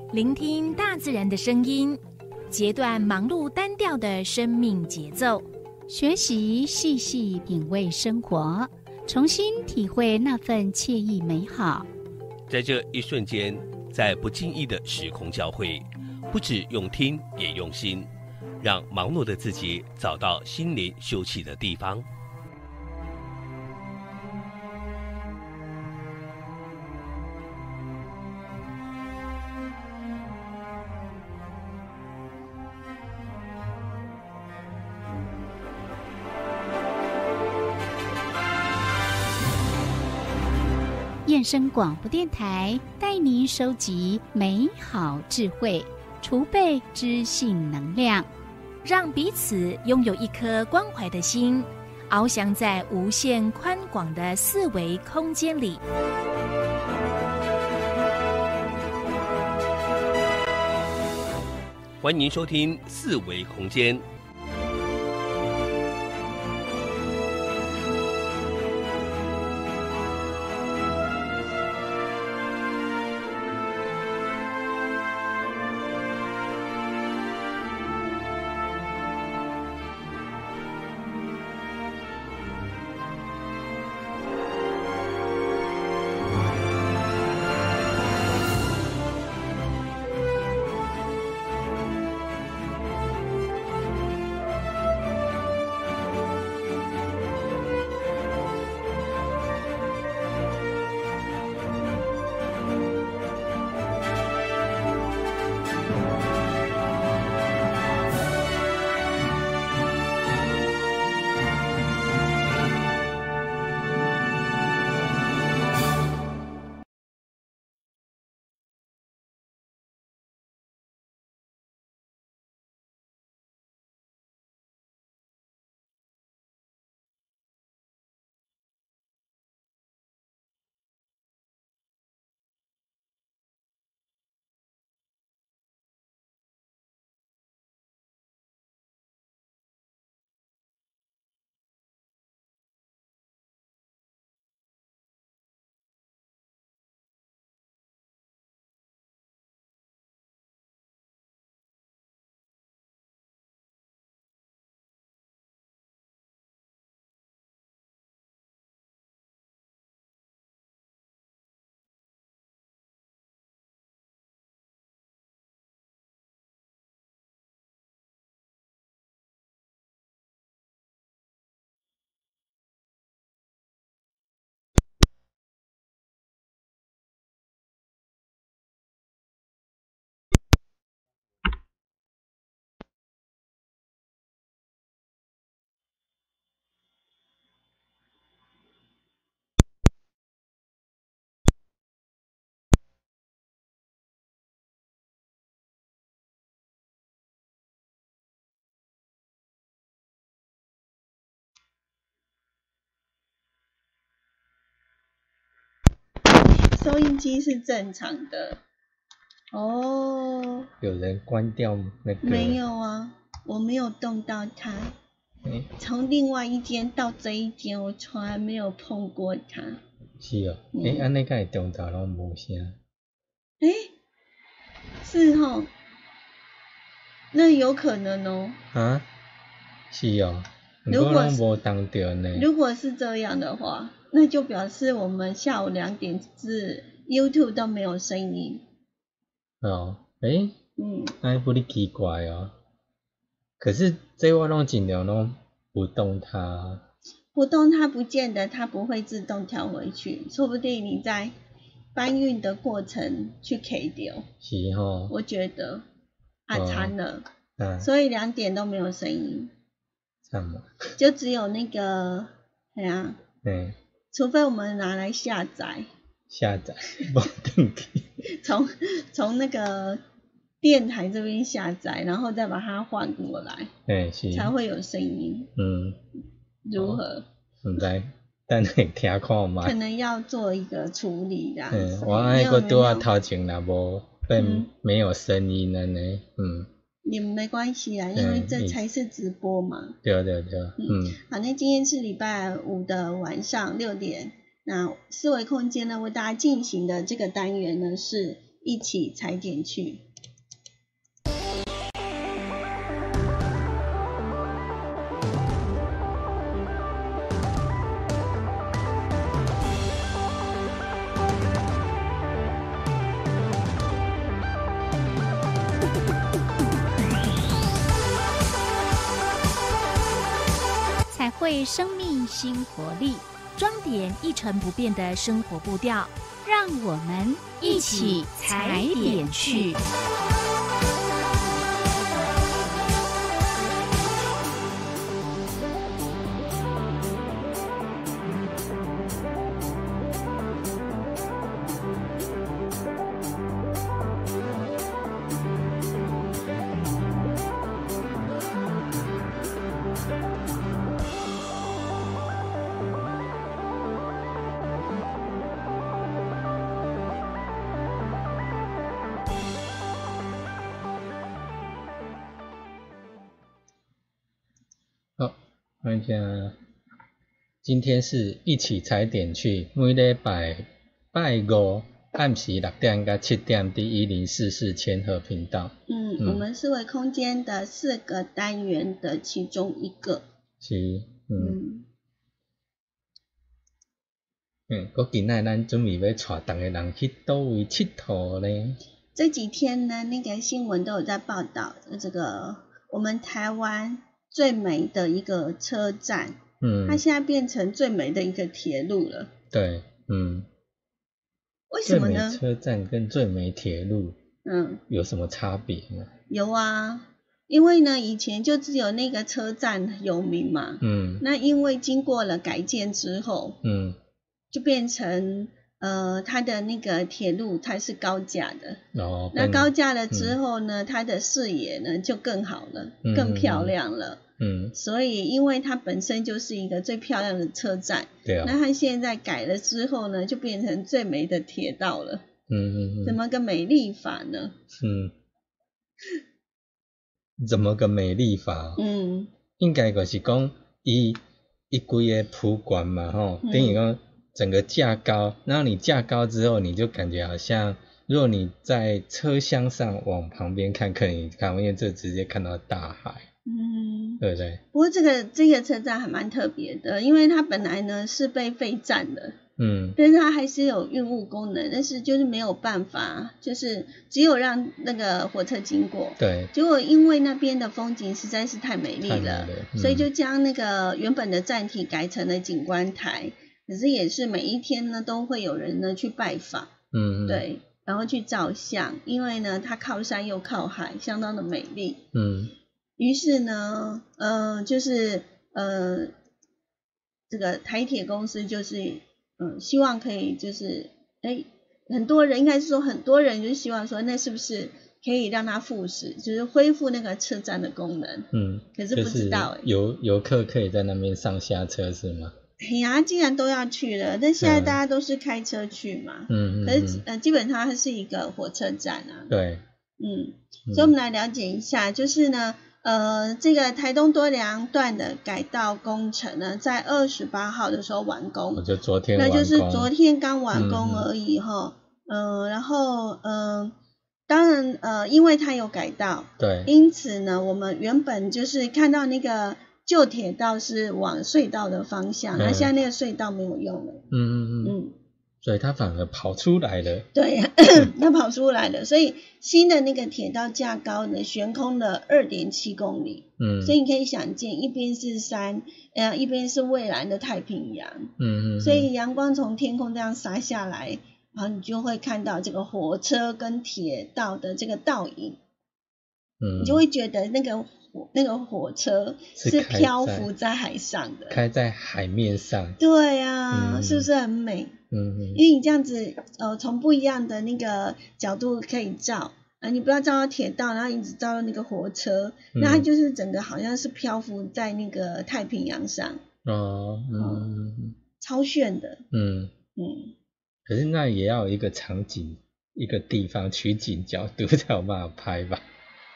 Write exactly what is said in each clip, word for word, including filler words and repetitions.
聆听大自然的声音，截断忙碌单调的生命节奏， 学习细细品味生活，重新体会那份惬意美好。 在这一瞬间，在不经意的时空交汇，不只用听也用心，让忙碌的自己找到心灵休憩的地方。 燕声广播电台带您收集美好智慧，储备知性能量， 让彼此拥有一颗关怀的心，翱翔在无限宽广的四维空间里。 欢迎收听四维空间。 收音机是正常的哦。 有人关掉那个？ 没有啊，我没有动到它。从、欸、另外一间到这一间，我从来没有碰过它。 是哦，哎、嗯，安尼敢会中昼拢无声？ 哎、欸，是哦，那有可能哦。 啊，是哦，如果拢无当到呢？ 如果是这样的话，那就表示我们下午两点是 YouTube 都没有声音。 哦，哎、欸， 嗯， 那不哩奇怪哦。可是这我拢尽量拢不动它。 不动它不见得它不会自动跳回去，说不定你在搬运的过程去 K 掉。 是齁。 我觉得啊惨了、 哦啊， 所以两点都没有声音。 惨了。 就只有那个，哎呀、啊， 嗯， 除非我们拿来下载。 下载，无登记。 从从那个电台这边下载，然后再把它换过来， 欸、是才会有声音。 嗯， 如何？ 唔知，等下听看嘛。 可能要做一个处理啦。 嗯，我爱个拄啊头前若无变没有声音了呢，嗯。 也没关系啦，因为这才是直播嘛。 对对对，嗯。嗯好，那今天是礼拜五的晚上六点，那思维空间呢为大家进行的这个单元呢是一起踩点去。 彩绘生命新活力， 装点一成不变的生活步调， 让我们一起踩点去。 好，欢迎听。今天是一起踩点去，每礼拜拜五暗时六点到七点，第一零四四千和频道。 嗯， 嗯我们思维空间的四个单元的其中一个。 是，嗯嗯， 嗯，我今仔咱准备要带逐个人去倒位佚佗呢？ 这几天呢，那个新闻都有在报道这个我们台湾最美的一个车站， 嗯， 它现在变成最美的一个铁路了。 对，嗯， 为什么呢？ 最美车站跟最美铁路嗯， 有什么差别呢？ 有啊，因为呢，以前就只有那个车站有名嘛。 嗯那因为经过了改建之后， 嗯， 就变成呃，它的那个铁路它是高架的。 哦， 那跟高架了之后呢，它的视野呢就更好了， 嗯更漂亮了。 嗯， 所以，因为它本身就是一个最漂亮的车站， 对啊， 那它现在改了之后呢，就变成最美的铁道了。 嗯嗯嗯， 怎么个美丽法呢？ 嗯，怎么个美丽法？ 嗯应该就是讲伊一规个铺管嘛吼， 嗯等于讲整个架高，然后你架高之后，你就感觉好像，如果你在车厢上往旁边看，可能你旁边就直接看到大海， 嗯。 对不对？ 不过这个这个车站还蛮特别的，因为它本来呢是被废站的， 嗯但是它还是有运务功能，但是就是没有办法，就是只有让那个火车经过。 对， 结果因为那边的风景实在是太美丽太美了， 了嗯所以就将那个原本的站体改成了景观台。可是也是每一天呢都会有人呢去拜访， 嗯嗯， 对，然后去照相，因为呢它靠山又靠海，相当的美丽。 嗯于是呢，呃，就是呃，这个台铁公司就是嗯、呃，希望可以就是哎，很多人应该是说很多人就希望说，那是不是可以让它复驶，就是恢复那个车站的功能？ 嗯， 可是不知道哎、 就是游游客可以在那边上下车是吗？ 哎呀，既然都要去了，但现在大家都是开车去嘛， 嗯嗯， 可是呃，基本上它是一个火车站啊， 对， 嗯， 嗯所以我们来了解一下，就是呢，呃，这个台东多良段的改道工程呢，在二十八号的时候完工， 我就昨天完工， 那就是昨天刚完工嗯嗯而已哈，嗯、呃，然后嗯、呃，当然呃，因为它有改道， 对， 因此呢，我们原本就是看到那个旧铁道是往隧道的方向，那、 嗯现在那个隧道没有用了， 嗯嗯嗯， 嗯。 所以它反而跑出来了， 对，它跑出来了，所以新的那个铁道架高呢，悬空了 二点七公里， 嗯， 所以你可以想见，一边是山，呃，一边是蔚蓝的太平洋， 嗯嗯， 所以阳光从天空这样洒下来，然后你就会看到这个火车跟铁道的这个倒影， 嗯， 你就会觉得那个火那个火车是是开在漂浮在海上的， 开在海面上， 对啊， 嗯是不是很美？ 嗯嗯因为你这样子，呃，从不一样的那个角度可以照，啊，你不要照到铁道，然后你只照到那个火车， 嗯那它就是整个好像是漂浮在那个太平洋上， 哦，嗯超炫的， 嗯， 嗯， 可是那也要有一个场景，一个地方取景角度才有办法拍吧？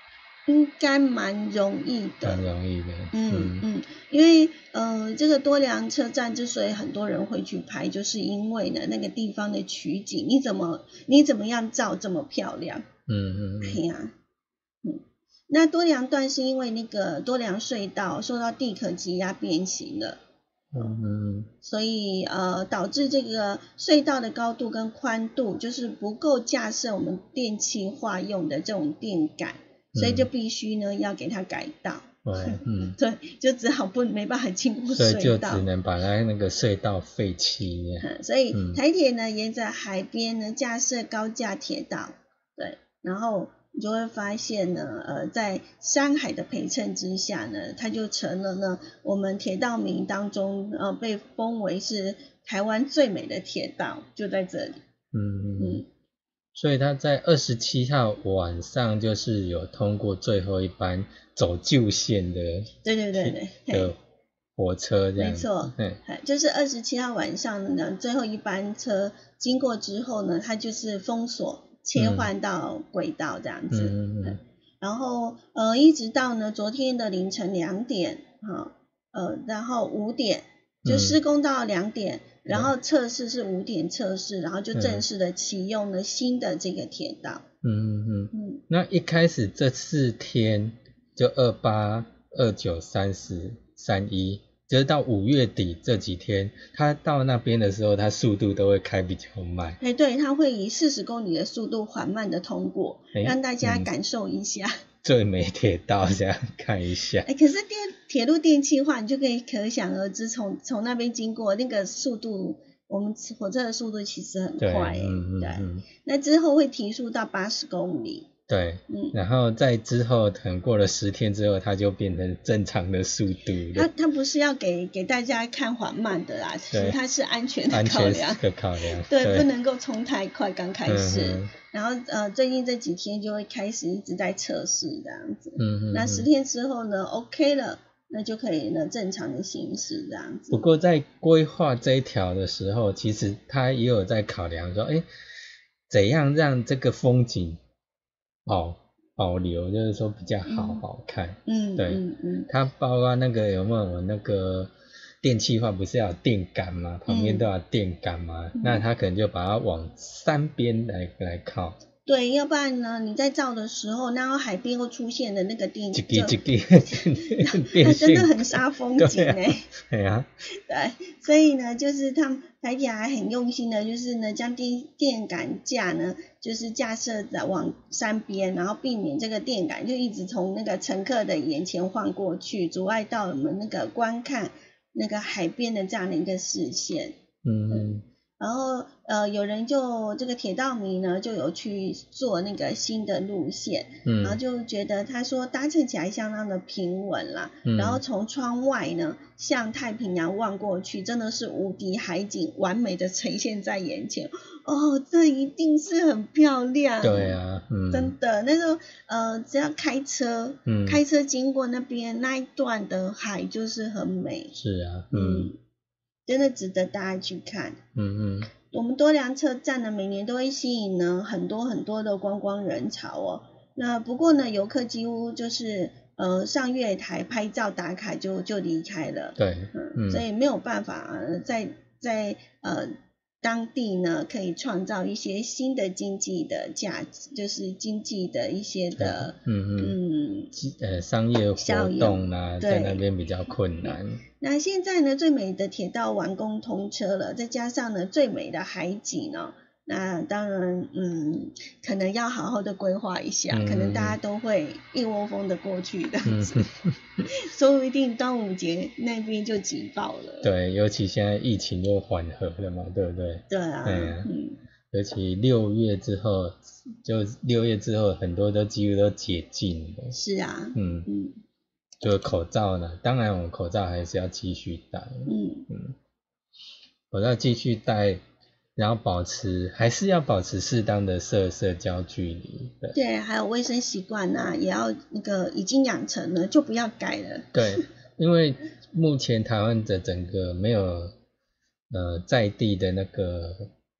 应该蛮容易的， 蛮容易的。 嗯嗯嗯，因为呃，这个多良车站之所以很多人会去拍，就是因为呢那个地方的取景，你怎么你怎么样照这么漂亮？ 嗯嗯嗯， 对呀、啊，嗯，那多良段是因为那个多良隧道受到地壳挤压变形了。 嗯嗯， 所以呃，导致这个隧道的高度跟宽度就是不够架设我们电气化用的这种电杆，所以就必须呢要给它改道。 哦，嗯， 对，就只好不没办法经过隧道， 所以就只能把它那个隧道废弃。 嗯，所以台铁呢沿着海边呢架设高架铁道，对，然后你就会发现呢，呃，在山海的陪衬之下呢，它就成了呢我们铁道迷当中呃被封为是台湾最美的铁道，就在这里。 嗯嗯嗯。所以他在二十七号晚上就是有通过最后一班走旧线的， 对对对对的火车这样。 没错，就是二十七号晚上呢最后一班车经过之后呢，它就是封锁。切换到轨道这样子，嗯嗯嗯、然后呃一直到呢昨天的凌晨两点，哈呃然后五点就施工到两点，嗯、然后测试是五点测试，然后就正式的启用了新的这个铁道。 嗯嗯嗯嗯。那一开始这四天就二八、二九、三十、三一。就是到五月底这几天，它到那边的时候，它速度都会开比较慢。 哎，对，它会以四十公里的速度缓慢的通过，让大家感受一下。嗯、 最美铁道这样看一下。 哎，可是电铁路电气化，你就可以可想而知，从从那边经过那个速度，我们火车的速度其实很快。嗯嗯对，那之后会提速到八十公里。 对，嗯，然后在之后可能过了十天之后，它就变成正常的速度了。 它它不是要给给大家看缓慢的啦，其实它是安全的考量。 安全的考量。 对，对不能够冲太快，刚开始。嗯、然后呃，最近这几天就会开始一直在测试这样子。嗯嗯。那十天之后呢 ，OK 了，那就可以呢正常的行驶这样子。 不过在规划这一条的时候，其实它也有在考量说，哎，怎样让这个风景。保保留就是说比较好、嗯、好看，嗯，对，嗯嗯，它包括那个有没有那个电气化不是要有电杆吗？旁边都要电杆吗？嗯、那它可能就把它往山边来来靠。 对，要不然呢，你在造的时候，然后海边会出现的那个电， 一个一个它真的很杀风景哎。 对啊， 对，所以呢，就是他们台铁还很用心的，就是呢，将电电杆架呢，就是架设在往山边，然后避免这个电杆就一直从那个乘客的眼前晃过去，阻碍到我们那个观看那个海边的这样的一个视线。嗯嗯。然后呃，有人就这个铁道迷呢，就有去做那个新的路线，嗯，然后就觉得他说搭乘起来相当的平稳啦，嗯，然后从窗外呢向太平洋望过去，真的是无敌海景，完美的呈现在眼前。哦，这一定是很漂亮。 对啊，嗯， 真的，那时候呃，只要开车，嗯，开车经过那边那一段的海就是很美。 是啊，嗯。嗯真的值得大家去看。 嗯嗯， 我们多良车站呢，每年都会吸引呢很多很多的观光人潮哦。那不过呢，游客几乎就是呃上月台拍照打卡就就离开了。 对， 嗯，所以没有办法、呃、在在呃当地呢可以创造一些新的经济的价值，就是经济的一些的嗯嗯呃商业活动啊，在那边比较困难。 那现在呢，最美的铁道完工通车了，再加上呢最美的海景呢，那当然嗯可能要好好的规划一下，嗯、可能大家都会一窝蜂的过去的，嗯、说不定端午节那边就挤爆了。 对，尤其现在疫情又缓和了嘛，对不对？ 对啊， 嗯，嗯尤其六月之后，就六月之后很多都几乎都解禁了。 是啊， 嗯嗯。就口罩呢，当然我们口罩还是要继续戴， 嗯嗯，口罩继续戴，然后保持还是要保持适当的社社交距离， 对，对，还有卫生习惯啊，也要那个已经养成了，就不要改了。 对，因为目前台湾的整个没有呃在地的那个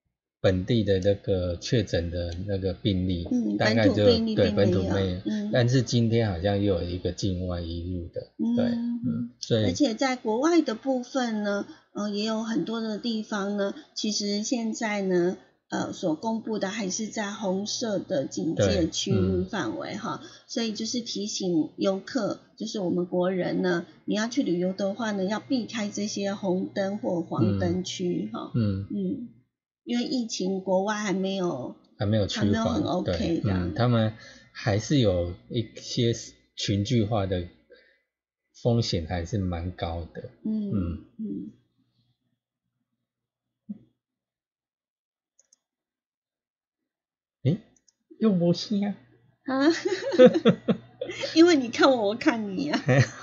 本地的那个确诊的那个病例， 嗯， 大概就本土病例对并没有本土没有， 嗯但是今天好像又有一个境外移入的， 嗯对，嗯，所以而且在国外的部分呢，呃，也有很多的地方呢，其实现在呢，呃，所公布的还是在红色的警戒对区域嗯范围哈，所以就是提醒游客，就是我们国人呢，你要去旅游的话呢，要避开这些红灯或黄灯区哈， 嗯嗯，因为疫情国外还没有还没有趋还没有很缓， OK 对， 这样嗯，他们还是有一些群聚化的风险还是蛮高的， 嗯嗯嗯。 诶，又没声啊， 啊，因为你看我，我看你啊。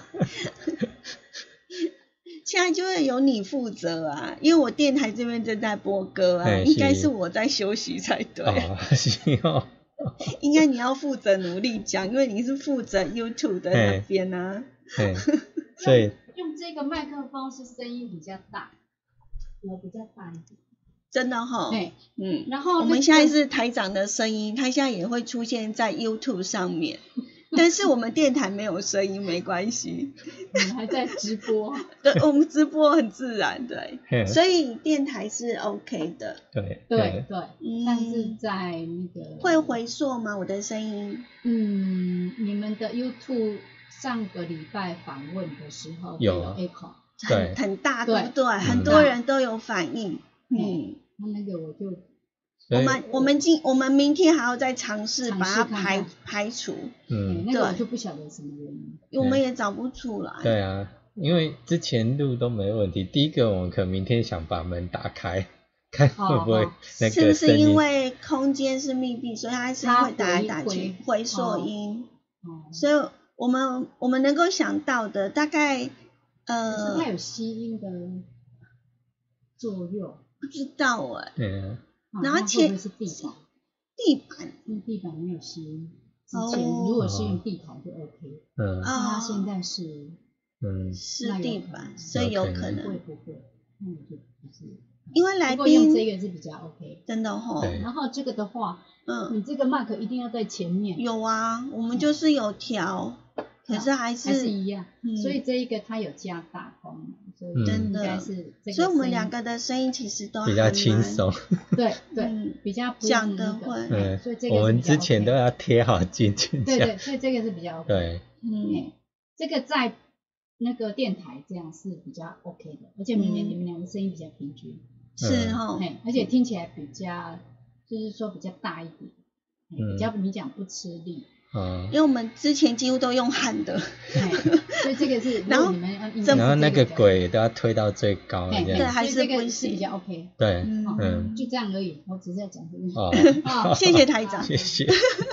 现在就会由你负责啊，因为我电台这边正在播歌啊， 嘿应该是是我在休息才对。 哦，是哦， 应该你要负责努力讲，因为你是负责 YouTube 的那边啊。 嘿，所以用这个麦克风是声音比较大，我比较大一点。 真的哈、 对， 嗯， 然后、 我们现在是台长的声音，他现在也会出现在 YouTube 上面，但是我们电台没有声音，没关系。 你们还在直播， 对，我们直播很自然，对， 嘿所以电台是 OK 的。 对对对， 嗯但是在那个会回溯吗？我的声音？ 嗯，你们的 YouTube 上个礼拜访问的时候有啊 echo， 对很很大， 对对不对？很多人都有反应。嗯， 那那个我就所以我们我们今我们明天还要再尝试把它尝试看排看排除， 嗯， 那个我对就不晓得什么原因。 我们也找不出来。 对啊，因为之前录都没问题。第一个，我们可能明天想把门打开，看会不会哦那是不是个声音。 因为空间是密闭，所以它声音会打来打去， 它回回溯音？ 哦， 所以我们我们能够想到的大概可是呃它有吸音的作用。 不知道哎、 嗯， 啊然后且那会不会是地板？ 地板因为地板没有吸音。之哦前如果是用地毯就 OK， 嗯啊那它现在是嗯， 是地板，所以有可会能， 不会？那我就不是。 因为来不过用这宾个是比较 OK。 真的吼， 对然后这个的话， 嗯， 你这个麦克一定要在前面， 有啊，我们就是有调，可是还是还是一样。 嗯所以这一个它有加大功能，所以嗯应真的该是这个声音。 所以我们两个的声音其实都比较还蛮轻松。 对对嗯比较不讲用那个得会嗯所以这个我们是比较之前 OK 都要贴好进去讲。 对对，所以这个是比较 OK。 对， 嗯哎，这个在那个电台这样是比较 OK 的，而且明年嗯你们两个声音比较平均， 嗯是哈， 哎，而且听起来比较就是说比较大一点，哎嗯比较你讲不吃力， 嗯因，为我们之前几乎都用喊的， 哎，所以这个是然后如果你们要印这象然后那个是这比较轨都要推到最高哎这样。 对还是所以这个不行是比较 OK， 对， 嗯哦嗯， 就这样而已，我只是要讲这个。 哦， 好谢谢台长谢谢。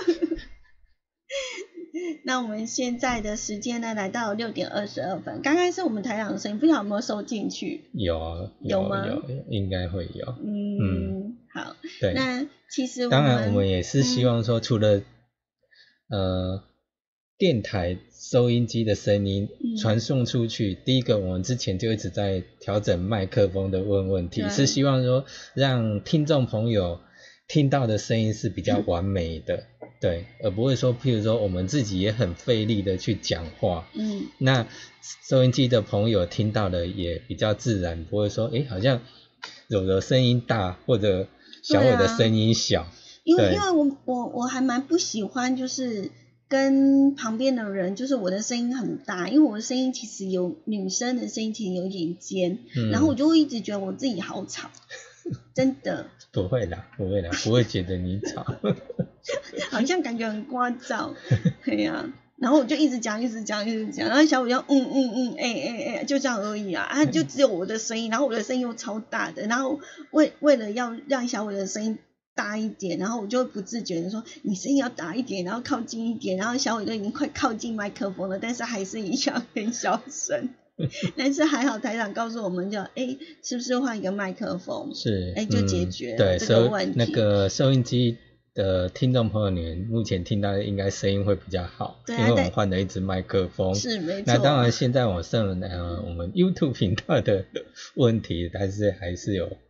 那我们现在的时间呢，来到六点二十二分。刚刚是我们台长的声音，不知道有没有收进去？ 有有吗有，应该会有。 嗯，好。 对， 那其实我们当然我们也是希望说，除了、呃电台收音机的声音嗯传送出去，第一个我们之前就一直在调整麦克风的问问题， 对是希望说让听众朋友听到的声音是比较完美的，对，而不会说譬如说我们自己也很费力的去讲话， 嗯那收音机的朋友听到的也比较自然，不会说诶好像有的声音大或者小伟的声音小，对因为因为我我我还蛮不喜欢就是跟旁边的人，就是我的声音很大，因为我的声音其实有女生的声音其实有点尖， 嗯然后我就会一直觉得我自己好吵，真的不会啦，不会啦，不会觉得你吵。 好像感觉很聒噪，对呀、然后我就一直讲，一直讲，一直讲，然后小伟就嗯嗯嗯，哎哎哎，就这样而已啊，啊，就只有我的声音，然后我的声音又超大的，然后为为了要让小伟的声音大一点，然后我就会不自觉的说你声音要大一点，然后靠近一点，然后小伟都已经快靠近麦克风了，但是还是一样很小声。但是还好台长告诉我们就，哎，是不是换一个麦克风？ 是， 哎就解嗯决了对， 这个收问题那个收音机的听众朋友，你们目前听到的应该声音会比较好， 对啊因为我们但换了一支麦克风。 是没错。 那当然，现在我上呃我们 YouTube 频道的问题，但是还是有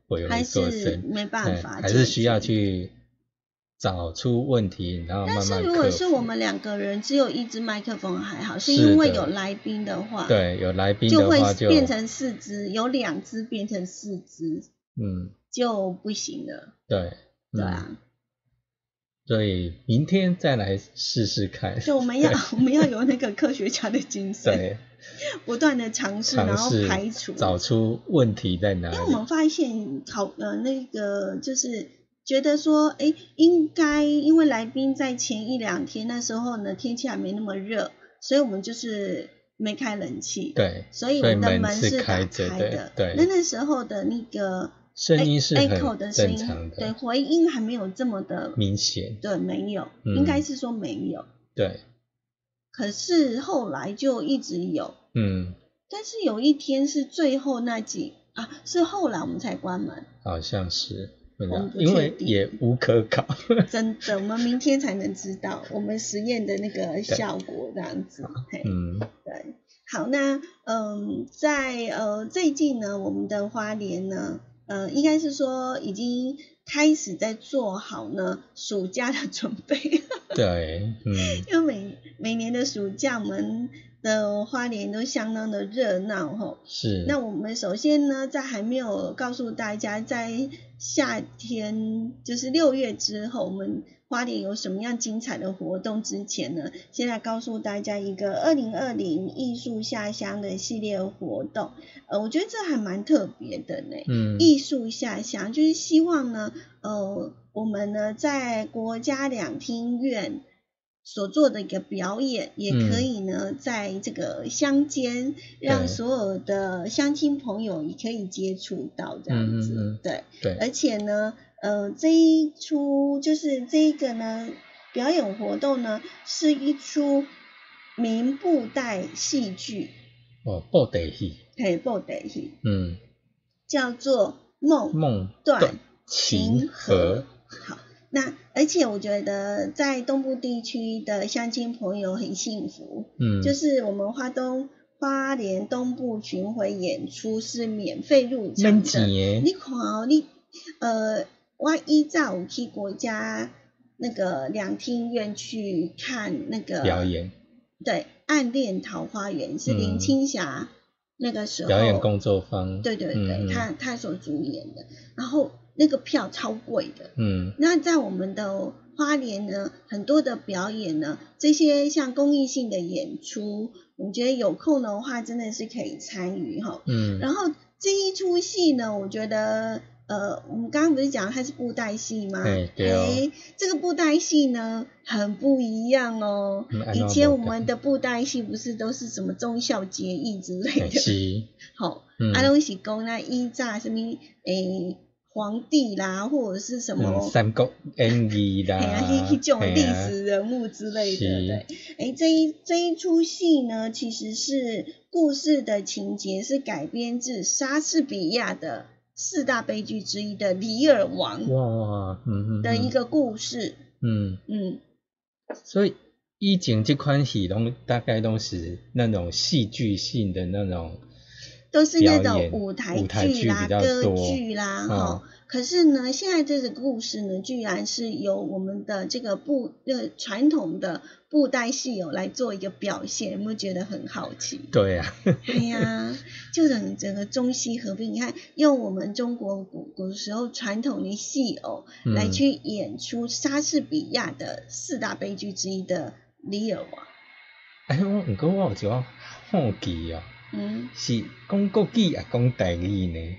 鬼鬼作声， 没办法， 还是需要去找出问题，然后慢慢克服。 但是如果是我们两个人只有一支麦克风还好，是因为有来宾的话， 对，有来宾的话就会变成四支，有两支变成四支， 嗯， 就不行了。 对，嗯、 对啊。 所以明天再来试试看。 对，我们要我们要有那个科学家的精神，对，不断的尝试，然后排除， 找出问题在哪里。 因为我们发现考呃那个就是觉得说，哎，应该因为来宾在前一两天那时候呢天气还没那么热，所以我们就是没开冷气， 对， 所以我们的门是开着的，对， 那那时候的那个。 声音是很正常的，对，回音还没有这么的明显， 对，没有， 嗯、 应该是说没有， 对。 可是后来就一直有， 嗯， 但是有一天是最后那几啊，是后来我们才关门， 好像是，因为也无可考， 真的，我们明天才能知道我们实验的那个效果这样子， 嗯， 对，好，那嗯，在呃最近呢，我们的花莲呢。呃，应该是说已经开始在做好呢暑假的准备。 对，嗯， 因为每每年的暑假，我们的花莲都相当的热闹吼。 是。 那我们首先呢，在还没有告诉大家，在夏天就是六月之后，我们花莲有什么样精彩的活动之前呢，先来告诉大家一个二零二零艺术下乡的系列活动。呃，我觉得这还蛮特别的呢。 嗯。 艺术下乡就是希望呢，呃，我们呢在国家两厅院所做的一个表演，也可以呢、嗯、在这个乡间让所有的乡亲朋友也可以接触到这样子。 嗯嗯嗯对。 对。 而且呢。呃，这一出就是这一个呢表演活动呢，是一出民布袋戏剧。 哦，布袋戏。 嘿，布袋戏。 嗯。 叫做梦梦断情河。 好，那而且我觉得在东部地区的乡亲朋友很幸福。嗯。就是我们花东花莲东部巡回演出是免费入场的。你看哦，你呃。我依照有去国家那个两厅院去看那个表演， 对，暗恋桃花源是林青霞那个时候表演工作坊， 对对对，嗯、他他所主演的，然后那个票超贵的， 嗯， 那在我们的花莲呢，很多的表演呢，这些像公益性的演出，我觉得有空的话真的是可以参与哈， 嗯， 然后这一出戏呢，我觉得。呃，我们刚刚不是讲它是布袋戏吗？ 对对哦。 欸，这个布袋戏呢很不一样哦。 嗯、 以前我们的布袋戏不是都是什么忠孝节义之类的？ 是。 好， 嗯、 啊都是讲那依照什么诶皇帝啦，或者是什么、 嗯、三国演义啦， 哎呀，迄迄种历史人物之类的，对。哎，这一这一出戏呢，其实是故事的情节是改编自莎士比亚的。四大悲剧之一的《李尔王》 哇，嗯嗯的一个故事， 嗯嗯， 所以以前这款戏拢大概都是那种戏剧性的那种， 都是那种舞台剧啦、歌剧啦，哈、 哦。 可是呢，现在这个故事呢，居然是由我们的这个布呃传统的布袋戏偶来做一个表现，有没有觉得很好奇？ 对啊， 哎呀，就整整个中西合并，你看用我们中国古古时候传统的戏偶来去演出莎士比亚的四大悲剧之一的《李尔王》。 哎，我不过我有一个好奇哦， 嗯， 是讲国语也讲台语呢？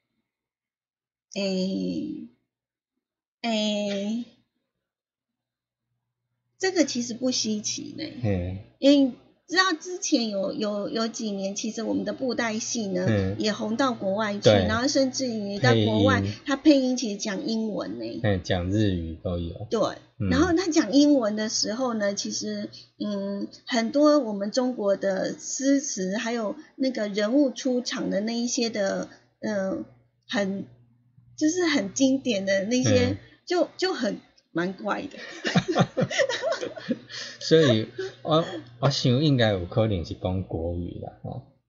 诶诶，这个其实不稀奇呢。 嗯， 因为知道之前有有有几年，其实我们的布袋戏呢、嗯、也红到国外去，然后甚至于到国外，它配音其实讲英文呢， 嗯，讲日语都有。 对，嗯、然后他讲英文的时候呢，其实嗯，很多我们中国的诗词，还有那个人物出场的那一些的，嗯、呃，很。就是很经典的那些，嗯、就就很蛮怪的。 所以我我想应该有可能是讲国语啦，吼。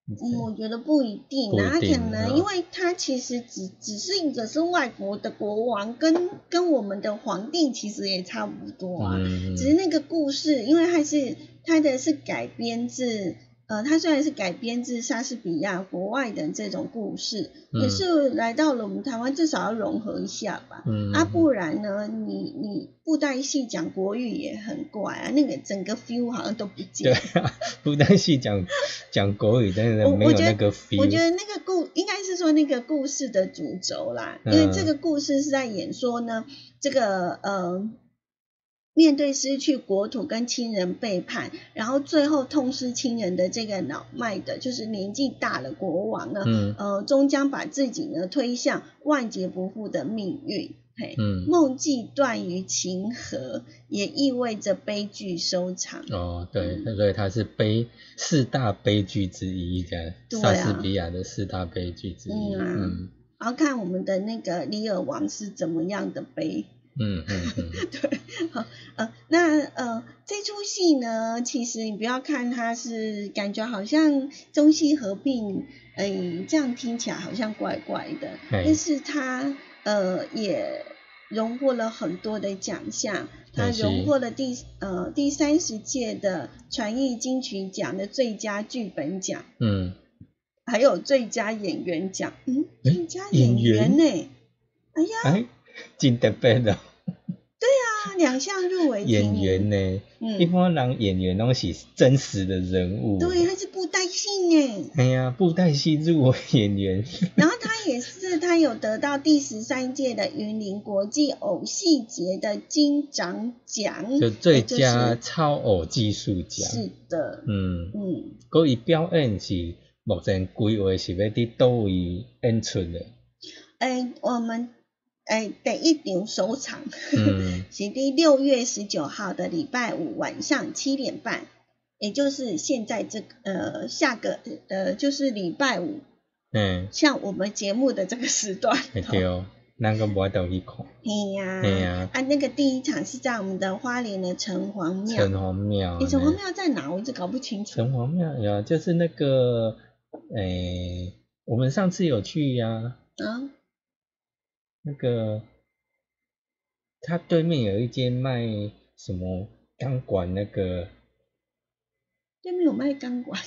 嗯，我觉得不一定不一啊，可定能嗯因为他其实只只是一个是外国的国王，跟跟我们的皇帝其实也差不多啊， 嗯， 只是那个故事，因为它是它的是改编自呃，它虽然是改编自莎士比亚国外的这种故事， 嗯可是来到了我们台湾，至少要融合一下吧。 嗯啊，不然呢，你你布袋戏讲国语也很怪啊，那个整个 feel 好像都不见对。啊，不但是讲讲国语，真的我我觉得没有那个 feel。 我觉得那个故应该是说那个故事的主轴啦，因为这个故事是在演说呢，这个呃。面对失去国土跟亲人背叛，然后最后痛失亲人的这个老迈的，就是年纪大了国王呢， 嗯呃，终将把自己呢推向万劫不复的命运。嘿， 嗯梦既断于情河，也意味着悲剧收场。 哦，对，所以它是悲四大悲剧之一，这样， 对啊莎士比亚的四大悲剧之一。 嗯啊嗯然后看我们的那个李尔王是怎么样的悲。 嗯嗯嗯， 对，好，呃，那呃，这出戏呢，其实你不要看它是感觉好像中西合并，哎、这样听起来好像怪怪的， 嘿但是它呃也荣获了很多的奖项，它嗯是荣获了第呃第三十届的传艺金曲奖的最佳剧本奖， 嗯， 还有最佳演员奖，嗯， 诶最佳演演员员呢、哎呀， 哎，真特别的啊，两项入围提演名员呢， 嗯一般人演员都是真实的人物。 对，他是布袋戏呢， 哎呀，布袋戏入围演员， 然后他也是他有得到第十三届的云林国际偶戏节的金长奖， 就最也就是佳超偶技术奖。 是的， 嗯， 嗯， 佮伊表演是目前规划是要伫倒位演出的。 哎，我们哎第一场首场， 嗯是第六月十九号的礼拜五晚上七点半，也就是现在这个呃下个呃就是礼拜五， 嗯， 像我们节目的这个时段， 会对，咱个无法度去看。 嘿呀、 嘿呀啊，那个第一场是在我们的花莲的城隍庙。 城隍庙， 你城隍庙在哪？我一直搞不清楚。 城隍庙呀，就是那个，诶、我们上次有去呀、 啊， 那个，它对面有一间卖什么钢管那个对面有卖钢管。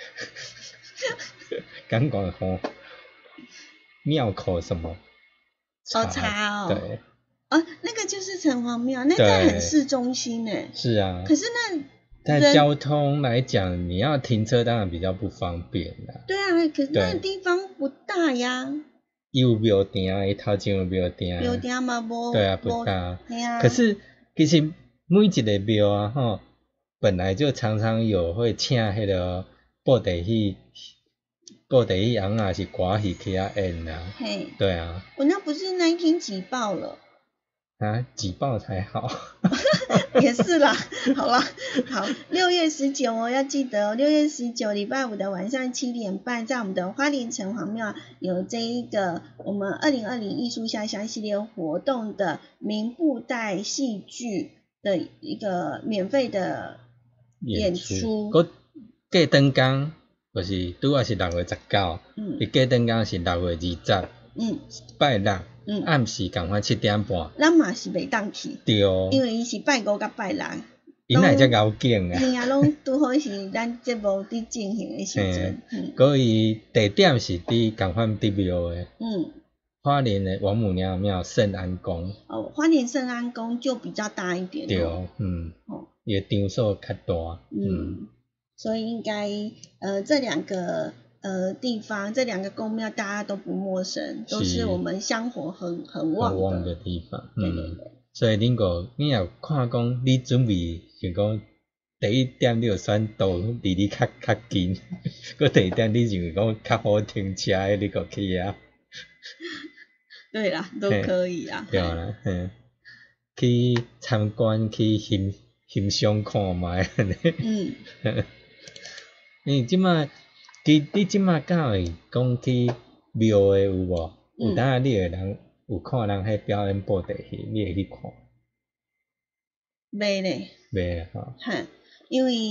钢管红庙口什么哦茶哦对， 哦，那个就是城隍庙，那对在很市中心诶。 是啊。 可是那但人交通来讲，你要停车当然比较不方便啦。 对啊，可是那个对地方不大呀， 有庙埕啊，伊头前有庙埕啊。 有点嘛无。 对啊，不无大。 对啊。 可是其实每一个庙啊，吼，本来就常常有会请迄个布袋戏、布袋戏翁啊，是歌戏去遐演啊。 嘿， 对啊， 我那不是那一天挤爆了。 啊，挤爆才好。 也是啦，好啦，好，六月十九哦，要记得哦，六月十九礼拜五的晚上七点半，在我们的花莲城隍庙有这一个我们二零二零艺术下乡系列活动的民布袋戏剧的一个免费的演出。 个过灯工就是拄啊是六月十九， 嗯伊过灯工是六月二十， 嗯拜六， 嗯， 暗时共款七点半。 咱嘛是袂当去， 对， 因为伊是拜五甲拜六。 因哪会遮高景啊？ 嘿啊，拢拄好是咱节目伫进行的时阵。嗯所以地点是伫共款伫庙的嗯。 花莲的王母娘庙圣安宫。 哦，花莲圣安宫就比较大一点。 对， 哦。 嗯， 哦伊的场所较大。嗯， 嗯，所以应该呃这两个呃地方，这两个宫庙大家都不陌生，都是是我们香火很很旺的。 很旺的地方。 对对嗯， 对。 所以恁个你若看讲你准备想讲第一点你就选倒离你较较近，佮第二点你认为讲较好停车的，你个去啊。 对啦，都可以啊。 对啦，嗯，去参观去欣欣赏看卖安尼。 嗯， 你即马，其你即马敢会讲去庙的有无？有当下你会人有看人迄表演布袋戏，你会去看？ 袂咧， 袂啦吼。 哈，因为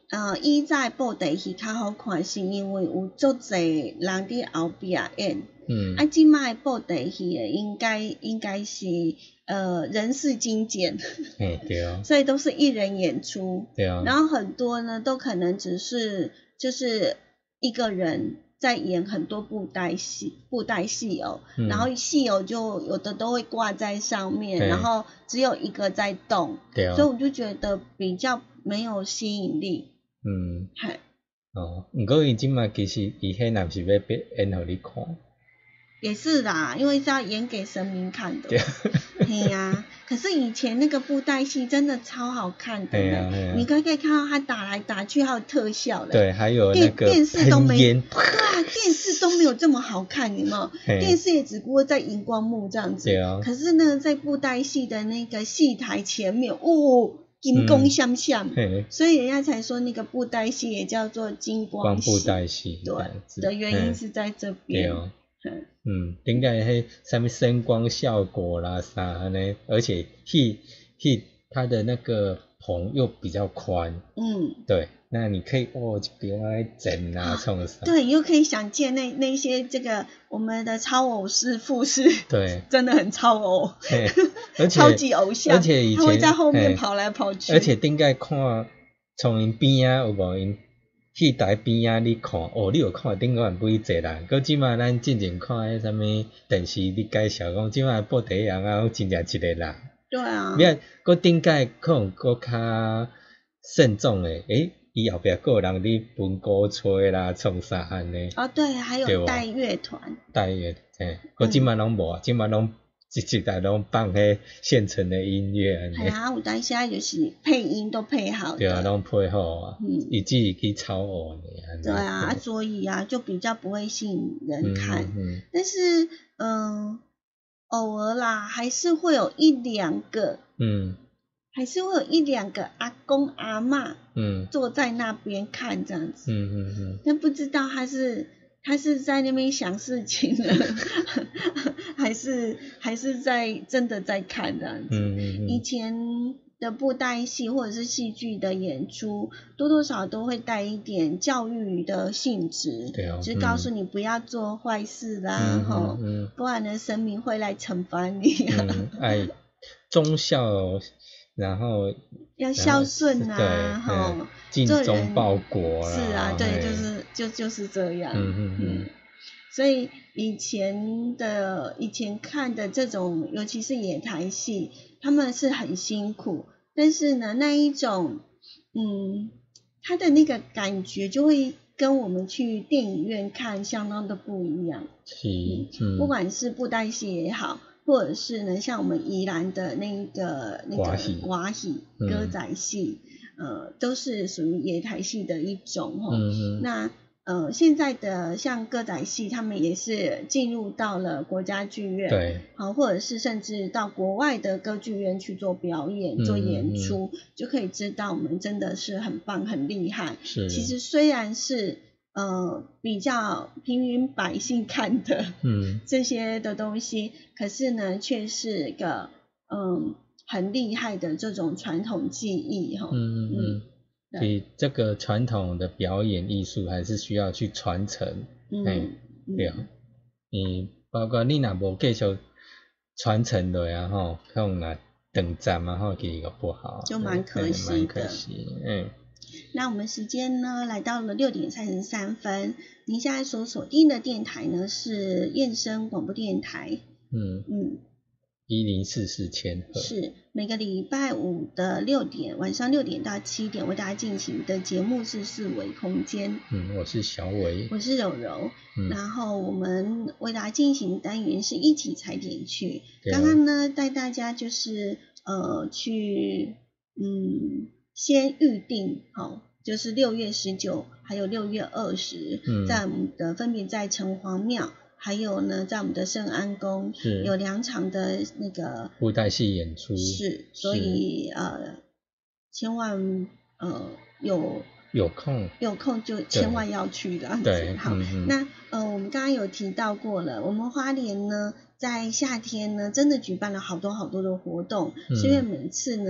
呃，以在布袋戏较好看，是因为有足侪人伫后壁演。 嗯。 啊，即卖布袋戏诶，应该应该是呃人事精简。 嘿，对啊。 所以都是一人演出。 对啊。 然后很多呢，都可能只是就是一个人在演很多布袋戏，布袋戏偶、嗯，然后戏偶就有的都会挂在上面，然后只有一个在动。对啊。所以我就觉得比较没有吸引力。 嗯。 嘿。 哦，不过伊即卖其实伊迄若是要演互你看。 也是啦，因为是要演给神明看的。对。嘿呀、啊，可是以前那个布袋戏真的超好看的嘞、啊啊，你可以看到他打来打去，还有特效嘞。 对，还有那个电视都没，对啊，电视都没有这么好看，有没有？电视也只不过在荧光幕这样子。对啊。可是呢，在布袋戏的那个戏台前面，哦，金光闪闪、嗯，所以人家才说那个布袋戏也叫做金光布袋戏。 对，的原因是在这边。对哦。 嗯，顶个迄什么声光效果啦啥安尼，而且迄迄它的那个棚又比较宽，嗯，对，那你可以哦就别来整啊冲啥， 对，又可以想见那那些这个我们的超偶师傅是，对，真的很超偶，而且超级偶像， 而且以前他会在后面跑来跑去， 而且顶个看从因边啊有无因。戏台边仔你看，哦，你有看顶个不一侪人，佮即马咱进前看迄啥物电视，你介绍讲即马布袋人啊，真正一个人。 对啊。 你看，佮顶届可能佮较慎重诶，诶，伊后壁佮有人伫分鼓吹啦，创啥安尼。 哦，对，还有带乐团。 带乐，嘿，佮即马拢无啊，即马拢。一一台拢放迄现成的音乐， 系啊，有当现在就是配音都配好的， 对啊，拢配好啊，嗯，以至于去超偶呢。 对啊，所以啊，就比较不会吸引人看。嗯嗯、但是，嗯，偶尔啦，还是会有一两个，嗯，还是会有一两个阿公阿嬷，嗯，坐在那边看这样子，嗯嗯嗯，但不知道他是。他是在那边想事情呢，还是还是在真的在看这样子？嗯嗯嗯。以前的布袋戏或者是戏剧的演出，多多少少都会带一点教育的性质，对哦，就是告诉你不要做坏事啦，吼、嗯嗯嗯，不然呢神明会来惩罚你、啊。 嗯，哎，忠孝。然后要孝顺啊，吼， 尽忠报国啦。 是啊，对，就是就就是这样。嗯嗯嗯。所以以前的以前看的这种，尤其是野台戏，他们是很辛苦，但是呢，那一种，嗯，他的那个感觉就会跟我们去电影院看相当的不一样。是，嗯，不管是布袋戏也好。或者是呢，像我们宜兰的那个那个歌戏、歌仔戏，呃，都是属于野台戏的一种哈、嗯。那呃，现在的像歌仔戏，他们也是进入到了国家剧院，对，好，或者是甚至到国外的歌剧院去做表演、嗯、做演出，就可以知道我们真的是很棒、很厉害。是，其实虽然是。呃，比较平民百姓看的，嗯，这些的东西，可是呢，却是个嗯很厉害的这种传统技艺哈。嗯嗯，所以这个传统的表演艺术还是需要去传承。嗯，对啊，你包括你若无继续传承的呀吼，可能若等站啊吼，其实个不好， 就蛮可惜的。 蛮可惜，嗯。 那我们时间呢来到了六点三十三分，您现在所锁定的电台呢是燕声广播电台，嗯嗯， 一零四四千赫， 是每个礼拜五的六点，晚上六点到七点为大家进行的节目是四维空间， 嗯，我是小伟， 我是柔柔，嗯、然后我们为大家进行的单元是一起踩点去，刚刚呢带大家就是呃去嗯。先预定好、哦，就是六月十九，还有六月二十、嗯，在我们的分别在城隍庙，还有呢，在我们的圣安宫有两场的那个布袋戏演出， 是，所以呃，千万呃有有空有空就千万要去的，对，好，嗯、那呃我们刚刚有提到过了，我们花莲呢在夏天呢真的举办了好多好多的活动，嗯、是因为每次呢。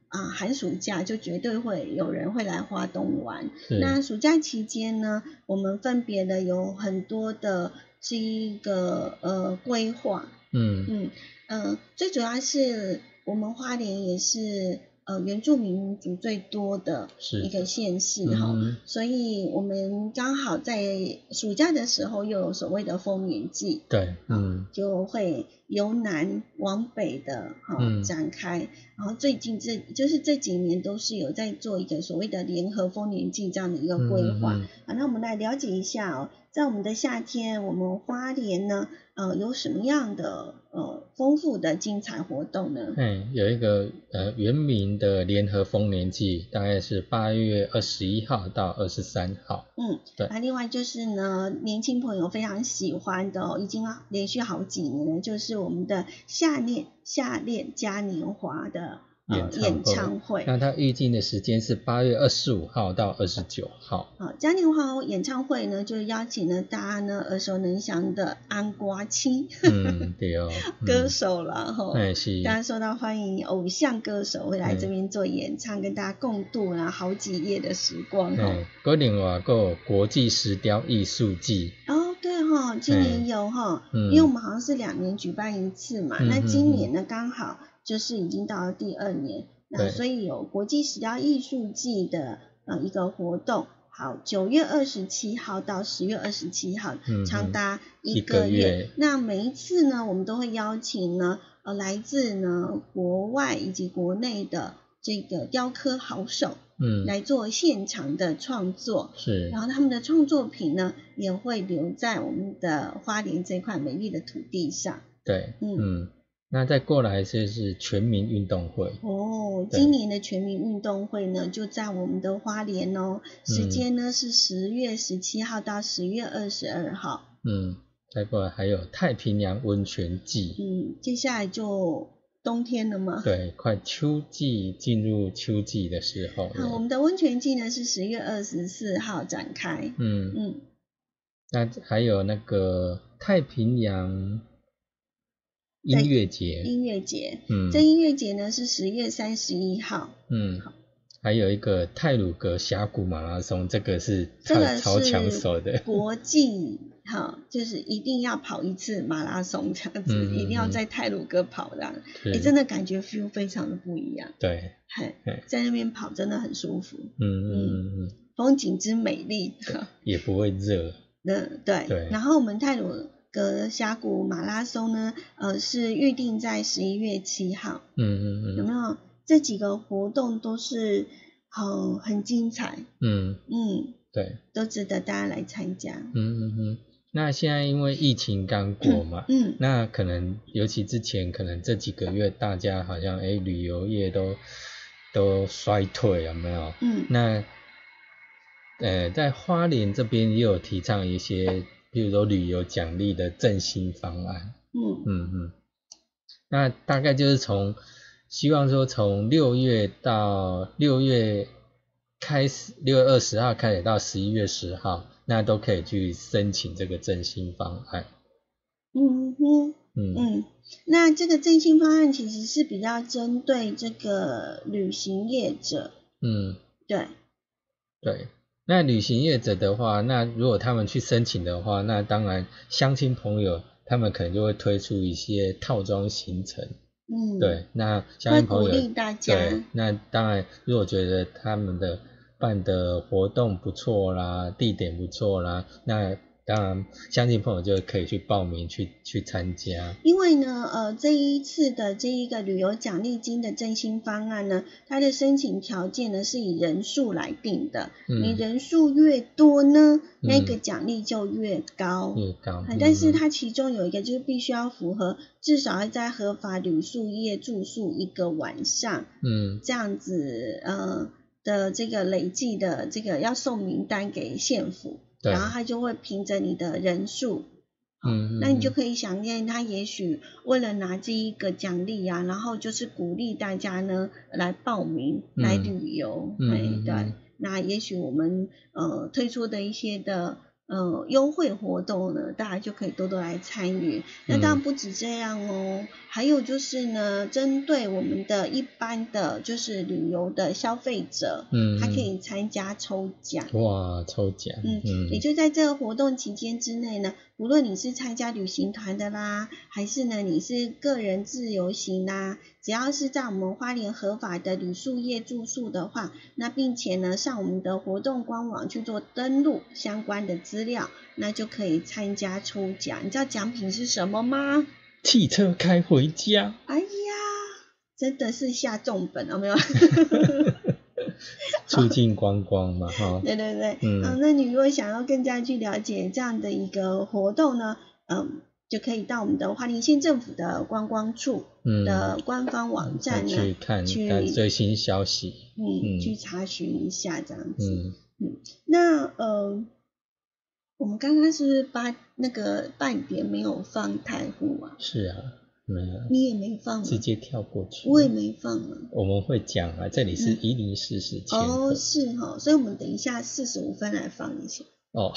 啊、呃、寒暑假就绝对会有人会来花东玩。 是那暑假期间呢，我们分别的有很多的这一个呃规划。 嗯嗯呃，最主要是我们花莲也是呃原住民族最多的是一个县市哈、 嗯所以我们刚好在暑假的时候又有所谓的丰年祭， 对，嗯就会由南往北的哈、 嗯展开，然后最近这就是这几年都是有在做一个所谓的联合丰年祭这样的一个规划。 嗯嗯嗯好，那我们来了解一下哦，在我们的夏天，我们花莲呢，呃，有什么样的呃丰富的精彩活动呢？ 哎，有一个呃原名的联合丰年祭，大概是八月二十一号到二十三号。 嗯， 对那另外就是呢，年轻朋友非常喜欢的哦，已经连续好几年了，就是我们的夏恋夏恋嘉年华的呃演唱演会唱会。 那它预计的时间是八月二十五号到二十九号。 好，嘉年华演唱会呢，就邀请了大家呢耳熟能详的安瓜青嗯，对哦，嗯歌手啦哈， 哎是， 大家受到欢迎，偶像歌手会来这边做演唱，跟大家共度了好几夜的时光哈。 哎，嗰另外还有国际石雕艺术季。 哦，对哈，今年有哈， 嗯因为我们好像是两年举办一次嘛， 嗯那今年呢刚好就是已经到了第二年，那对所以有国际石雕艺术季的呃一个活动。好，九月二十七号到十月二十七号， 嗯长达一一个月。 个月那每一次呢，我们都会邀请呢，呃，来自呢国外以及国内的这个雕刻好手， 嗯， 来做现场的创作。 是然后他们的创作品呢，也会留在我们的花莲这块美丽的土地上。 对， 嗯嗯，那再过来就是全民运动会。 哦， 对今年的全民运动会呢，就在我们的花莲哦，时间呢是十月十七号到十月二十二号。 嗯，再过来还有太平洋温泉季。 嗯，接下来就冬天了吗？ 对，快秋季进入秋季的时候了。 好，我们的温泉季呢是十月二十四号展开。 嗯， 嗯， 那还有那个太平洋音乐节。 音乐节， 嗯这音乐节呢是十月三十一号。 嗯，还有一个太鲁阁峡谷马拉松，这个是超这个超抢是手的。 国际哈，就是一定要跑一次马拉松这样子， 嗯嗯一定要嗯在太鲁阁跑这样， 是哎，真的感觉 feel 非常的不一样， 对， 嘿嘿， 在那边跑真的很舒服， 嗯嗯嗯嗯， 风景之美丽， 也不会热。 嗯，对， 对然后我们太鲁阁峡谷马拉松呢，呃，是预定在十一月七号， 嗯嗯嗯有没有？这几个活动都是很很精彩， 嗯， 嗯， 对， 都值得大家来参加， 嗯嗯嗯。那现在因为疫情刚过嘛， 嗯， 那可能尤其之前可能这几个月大家好像哎旅游业都都衰退，有没有？ 嗯， 那呃在花莲这边也有提倡一些，比如说旅游奖励的振兴方案。 嗯嗯嗯。那大概就是从希望说从六月到六月开始，六月二十号开始到十一月十号，那都可以去申请这个振兴方案。 嗯哼， 嗯嗯，那这个振兴方案其实是比较针对这个旅行业者， 嗯， 对， 对。那旅行业者的话，那如果他们去申请的话，那当然乡亲朋友他们可能就会推出一些套装行程。 嗯，， 对，那乡会亲朋友鼓励大家， 对，那当然，如果觉得他们的办的活动不错啦，地点不错啦，那当然乡亲朋友就可以去报名去去参加。 因为呢，呃，这一次的这一个旅游奖励金的振兴方案呢，它的申请条件呢是以人数来定的， 嗯你人数越多呢， 嗯那个奖励就越高。 越高， 啊但是嗯它其中有一个就是必须要符合至少要在合法旅宿业住宿一个晚上， 嗯这样子呃的这个累计的这个要送名单给县府， 对然后他就会凭着你的人数， 嗯， 那你就以可以想见他也许为了拿这一个奖励啊，然后就是鼓励大家呢来报名嗯来旅游，哎、 嗯嗯对嗯， 那也许我们呃推出的一些的呃优惠活动呢，大家就可以多多来参与。那当然不止这样哦，嗯、还有就是呢，针对我们的一般的就是旅游的消费者，嗯，他可以参加抽奖。 哇，抽奖， 嗯嗯，也就在这个活动期间之内呢，无论你是参加旅行团的啦，还是呢你是个人自由行啦，只要是在我们花莲合法的旅宿业住宿的话，那并且呢上我们的活动官网去做登录相关的资料，那就可以参加抽奖。你知道奖品是什么吗？ 汽车开回家。 哎呀，真的是下重本了没有？ 促进观光嘛，哈。对对对，嗯、呃，那你如果想要更加去了解这样的一个活动呢，嗯，就可以到我们的花莲县政府的观光处的官方网站呢、 嗯、去看去最新消息， 嗯，嗯去查询一下这样子。嗯嗯，那呃，我们刚刚是不是把那个半点没有放太湖啊？ 是啊。没有， 你也没放， 直接跳过去。 我也没放啊。 我们会讲啊，这里是一零四四千。 哦，是哈，所以我们等一下四十五分来放一下。哦。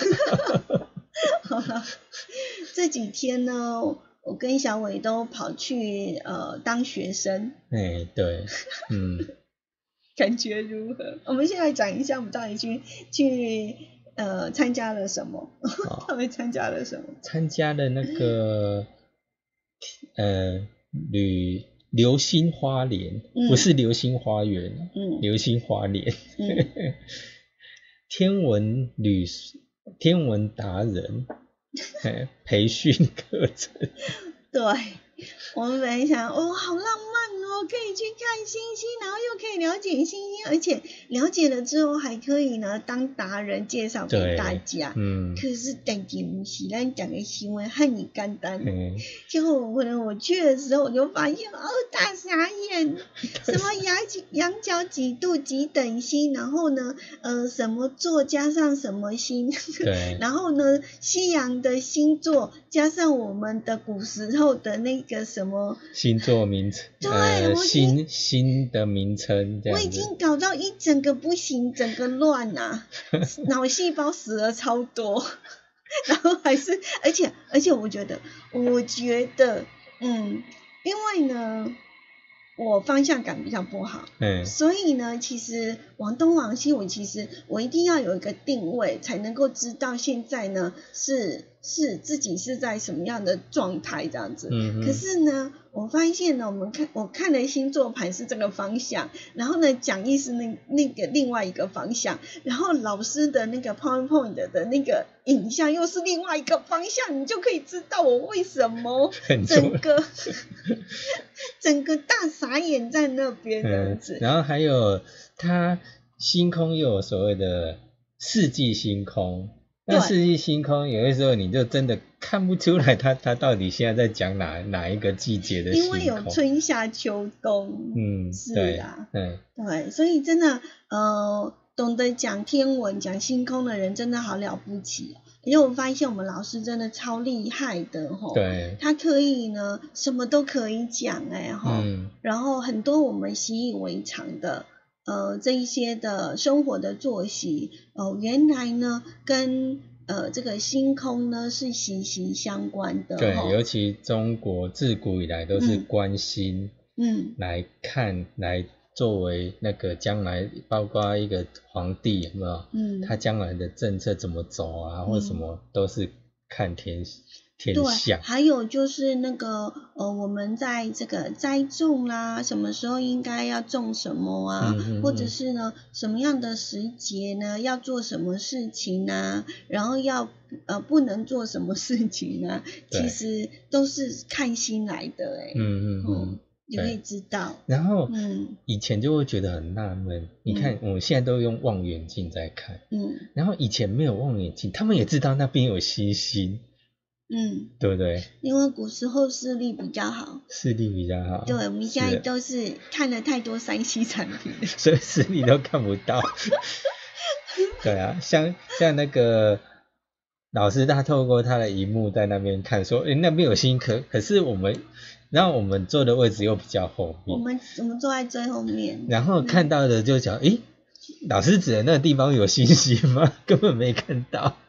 好了，这几天呢，我跟小伟都跑去呃当学生。 哎，对，嗯。 感觉如何？我们先来讲一下，我们到底去去呃参加了什么？他们参加了什么？ 参加了那个。呃，旅流星花莲、嗯、不是流星花园，嗯，流星花莲，嗯、天文旅天文达人培训课程。 对，我们本来想，哦，好浪漫哦，可以去看星星，然后又可以了解星星，而且了解了之后还可以呢当达人介绍给大家。嗯。可是但是不是咱讲的新闻很简单。嗯。结果我呢，我去的时候我就发现，哦，大傻眼，什么仰仰角几度几等星，然后呢，呃，什么座加上什么星，对，然后呢，西洋的星座加上我们的古时候的那个什么星座名称，对，呃、星星的名称这样子， 我已经搞到一整个不行，整个乱啊，脑细胞死了超多，然后还是，而且而且我觉得，我觉得，嗯，因为呢，我方向感比较不好，嗯，所以呢，其实往东往西，我其实我一定要有一个定位，才能够知道现在呢是是自己是在什么样的状态这样子。嗯，可是呢，我发现呢，我们看我看的星座盘是这个方向，然后呢，讲义是那那个另外一个方向，然后老师的那个 PowerPoint 的那个影像又是另外一个方向，你就可以知道我为什么整个整个大傻眼在那边这样子。 嗯，然后还有它星空又有所谓的四季星空。那四季星空有的时候你就真的看不出来它它到底现在在讲哪哪一个季节的星空， 因为有春夏秋冬，嗯，是啊，对对，所以真的呃懂得讲天文讲星空的人真的好了不起，因为我发现我们老师真的超厉害的齁，对，他可以呢什么都可以讲哎齁，嗯，然后很多我们习以为常的呃，这一些的生活的作息，哦、呃，原来呢跟呃这个星空呢是息息相关的。 对，尤其中国自古以来都是观星，嗯，来看，来作为那个将来，包括一个皇帝有没有？嗯，他将来的政策怎么走啊，嗯、或什么都是看天天象。 对，还有就是那个呃，我们在这个栽种啦，什么时候应该要种什么啊，嗯嗯嗯，或者是呢什么样的时节呢要做什么事情啊，然后要呃不能做什么事情啊，其实都是看星来的哎，嗯嗯嗯，你可以知道。 然后嗯，以前就会觉得很纳闷，嗯，你看我们现在都用望远镜在看，嗯，然后以前没有望远镜，他们也知道那边有星星。嗯，对不对？ 因为古时候视力比较好， 视力比较好。 对，我们现在都是看了太多三 C 产品， 所以视力都看不到。对啊，像像那个老师，他透过他的萤幕在那边看，说，诶那边有星，可可是我们，然后我们坐的位置又比较后面， 我们我们坐在最后面， 然后看到的就讲，诶，嗯，老师指的那个地方有星星吗？根本没看到。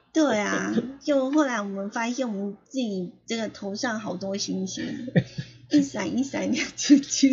对啊，就后来我们发现我们自己这个头上好多星星，一闪一闪亮晶晶。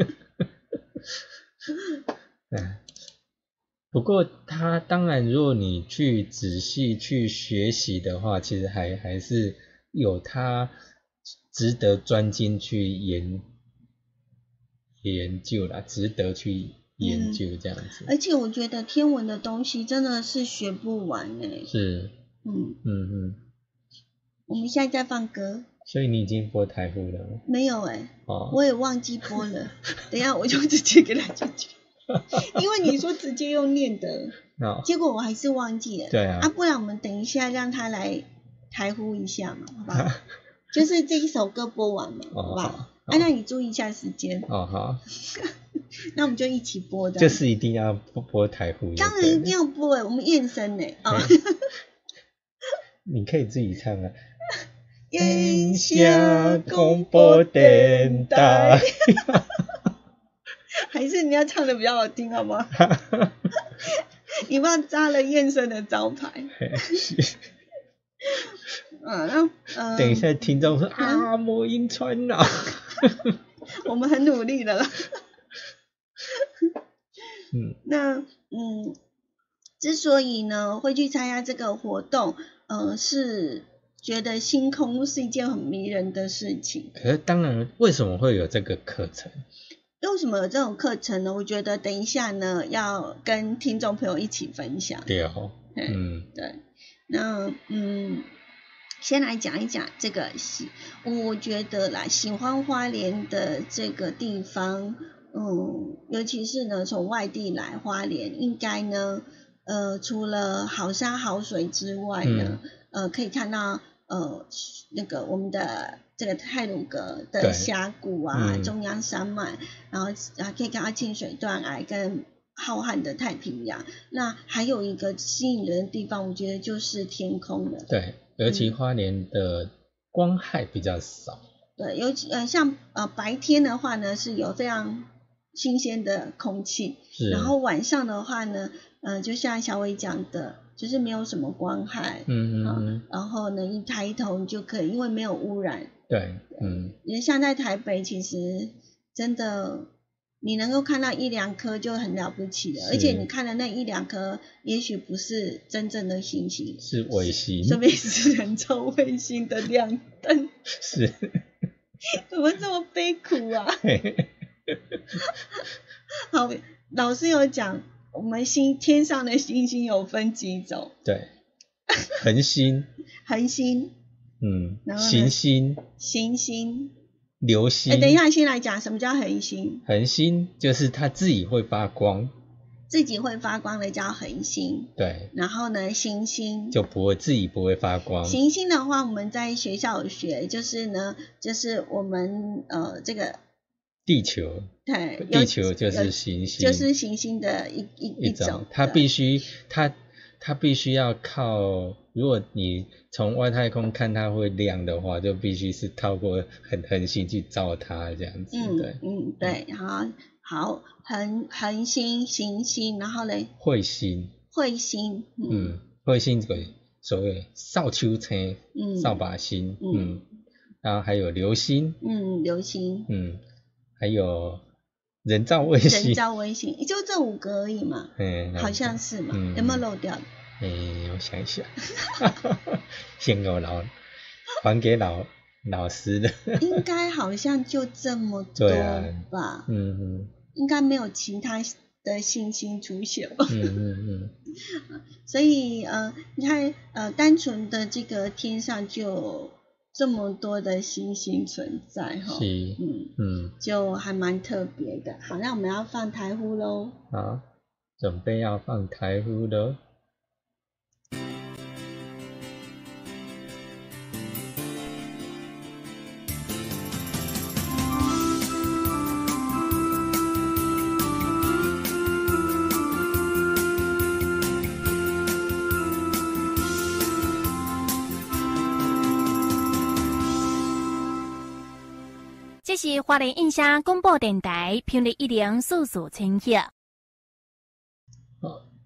嗯，不过他当然，如果你去仔细去学习的话，其实还还是有他值得专精去研研究啦，值得去研究这样子。 嗯、而且我觉得天文的东西真的是学不完哎、欸。 是。 嗯嗯嗯。 我们现在在放歌。所以你已经播台呼了吗？ 没有哎、欸。 哦。 我也忘记播了。等一下我就直接给他进去。因为你说直接用念的，哦、结果我还是忘记了。 对啊。 啊，不然我们等一下让他来台呼一下嘛，好不好？就是这一首歌播完嘛，哦、好不好？好啊，那你注意一下时间。 哦好。 那我们就一起播的。 就是一定要播台呼。 当然一定要播哎，我们验声呢啊。 你可以自己唱啊。燕声广播电台。 还是你要唱的比较好听，好吗？你不要扎了燕声的招牌。嗯，然后嗯， 等一下听众说、嗯、啊，魔音传啊。 我们很努力的啦。嗯，那嗯，之所以呢会去参加这个活动，呃，是觉得星空是一件很迷人的事情。 可是当然，为什么会有这个课程？ 为什么有这种课程呢？我觉得等一下呢，要跟听众朋友一起分享。 对哦，嗯， 对，那嗯，先来讲一讲这个喜，我觉得啦，喜欢花莲的这个地方，嗯，尤其是呢从外地来花莲，应该呢，呃，除了好山好水之外呢，嗯、呃，可以看到呃那个我们的。这个太鲁阁的峡谷啊，嗯、中央山脉，然后啊可以看到清水断崖跟浩瀚的太平洋。那还有一个吸引人的地方，我觉得就是天空了。 对，尤其花莲的光害比较少。 嗯、对，尤其呃像呃白天的话呢，是有非常新鲜的空气，然后晚上的话呢，呃就像小伟讲的。就是没有什么光害，嗯嗯嗯，然后呢，一抬头你就可以，因为没有污染， 对，嗯， 因为像在台北，其实真的你能够看到一两颗就很了不起了，而且你看的那一两颗，也许不是真正的星星， 是卫星， 说不定是人造卫星的亮灯， 是， 怎么这么悲苦啊？好，老师有讲。我们星天上的星星有分几种？ 对，恒星、 恒星， 嗯，行星、 行星、 流星。 哎，等一下，先来讲什么叫恒星。 恒星就是它自己会发光， 自己会发光的叫恒星。 对。 然后呢，行星就不会自己不会发光。 行星的话，我们在学校有学，就是呢，就是我们呃这个。 地球， 对， 地球就是行星， 就是行星的一一一种，它必须，它它必须要靠，如果你从外太空看它会亮的话，就必须是透过恒恒星去照它这样子， 嗯、 对， 嗯，对，好，好，恒恒星、行星，然后嘞， 彗星， 彗星， 嗯，嗯彗星这个所谓扫帚星，嗯，扫把星，嗯，嗯然后还有流星， 嗯，流星， 嗯。还有人造卫星， 人造卫星就这五个而已嘛， 嗯， 好像是嘛，嗯、有没有漏掉的？ 诶、欸，我想一想，先给我老还给老老师的， 应该好像就这么多吧， 啊、嗯嗯， 应该没有其他的星星出现吧， 嗯嗯嗯， 所以呃，你看呃，单纯的这个天上就。这么多的星星存在哈，嗯嗯，就还蛮特别的。好，那我们要放台呼喽。 好，准备要放台呼喽。 这是花莲印象广播电台频率一零四四千赫。